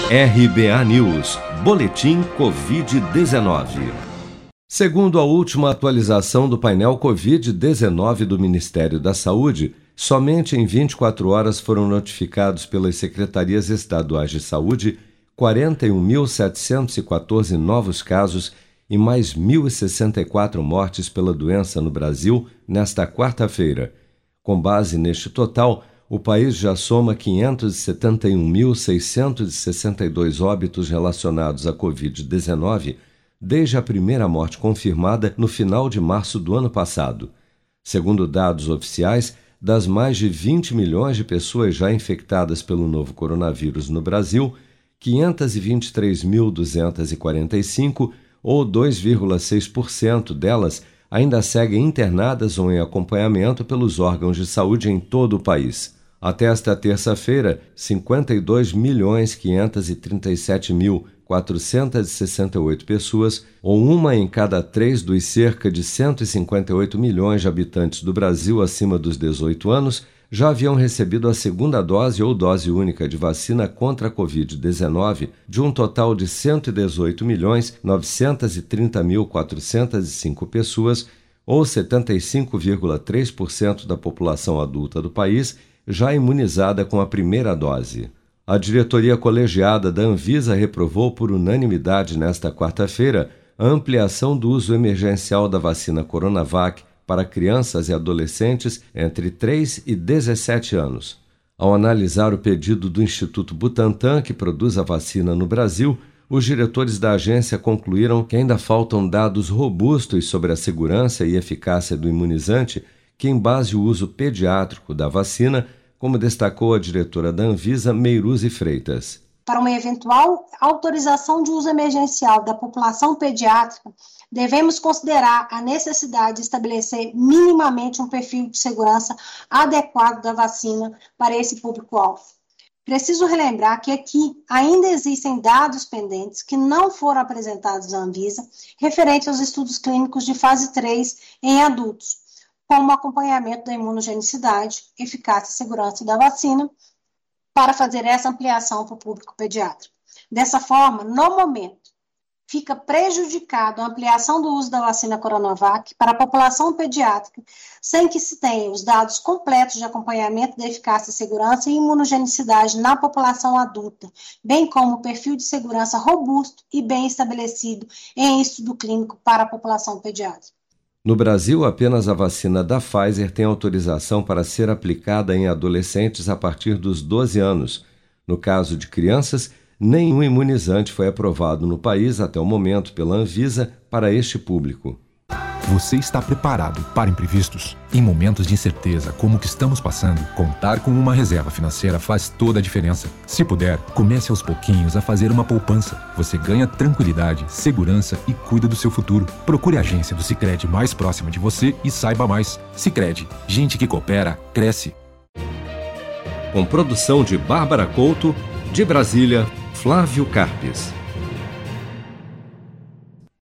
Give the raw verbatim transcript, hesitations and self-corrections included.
R B A News, Boletim covid dezenove. Segundo a última atualização do painel covid dezenove do Ministério da Saúde, somente em vinte e quatro horas foram notificados pelas secretarias estaduais de saúde quarenta e um mil setecentos e quatorze novos casos e mais mil e sessenta e quatro mortes pela doença no Brasil nesta quarta-feira. Com base neste total, o país já soma quinhentos e setenta e um mil seiscentos e sessenta e dois óbitos relacionados à covid dezenove desde a primeira morte confirmada no final de março do ano passado. Segundo dados oficiais, das mais de vinte milhões de pessoas já infectadas pelo novo coronavírus no Brasil, quinhentos e vinte e três mil duzentos e quarenta e cinco, ou dois vírgula seis por cento delas, ainda seguem internadas ou em acompanhamento pelos órgãos de saúde em todo o país. Até esta terça-feira, cinquenta e dois milhões quinhentos e trinta e sete mil quatrocentos e sessenta e oito pessoas, ou uma em cada três dos cerca de cento e cinquenta e oito milhões de habitantes do Brasil acima dos dezoito anos, já haviam recebido a segunda dose ou dose única de vacina contra a covid dezenove, de um total de cento e dezoito milhões novecentos e trinta mil quatrocentos e cinco pessoas, ou setenta e cinco vírgula três por cento da população adulta do país, já imunizada com a primeira dose. A diretoria colegiada da Anvisa reprovou por unanimidade nesta quarta-feira a ampliação do uso emergencial da vacina Coronavac para crianças e adolescentes entre três e dezessete anos. Ao analisar o pedido do Instituto Butantan, que produz a vacina no Brasil, os diretores da agência concluíram que ainda faltam dados robustos sobre a segurança e eficácia do imunizante que embase o uso pediátrico da vacina, como destacou a diretora da Anvisa, Meiruzi Freitas. Para uma eventual autorização de uso emergencial da população pediátrica, devemos considerar a necessidade de estabelecer minimamente um perfil de segurança adequado da vacina para esse público-alvo. Preciso relembrar que aqui ainda existem dados pendentes que não foram apresentados à Anvisa referente aos estudos clínicos de fase três em adultos, como o acompanhamento da imunogenicidade, eficácia e segurança da vacina, para fazer essa ampliação para o público pediátrico. Dessa forma, no momento, fica prejudicado a ampliação do uso da vacina Coronavac para a população pediátrica, sem que se tenha os dados completos de acompanhamento da eficácia e segurança e imunogenicidade na população adulta, bem como o perfil de segurança robusto e bem estabelecido em estudo clínico para a população pediátrica. No Brasil, apenas a vacina da Pfizer tem autorização para ser aplicada em adolescentes a partir dos doze anos. No caso de crianças, nenhum imunizante foi aprovado no país até o momento pela Anvisa para este público. Você está preparado para imprevistos? Em momentos de incerteza como o que estamos passando, contar com uma reserva financeira faz toda a diferença. Se puder, comece aos pouquinhos a fazer uma poupança. Você ganha tranquilidade, segurança e cuida do seu futuro. Procure a agência do Sicredi mais próxima de você e saiba mais. Sicredi, gente que coopera, cresce. Com produção de Bárbara Couto, de Brasília, Flávio Carpes.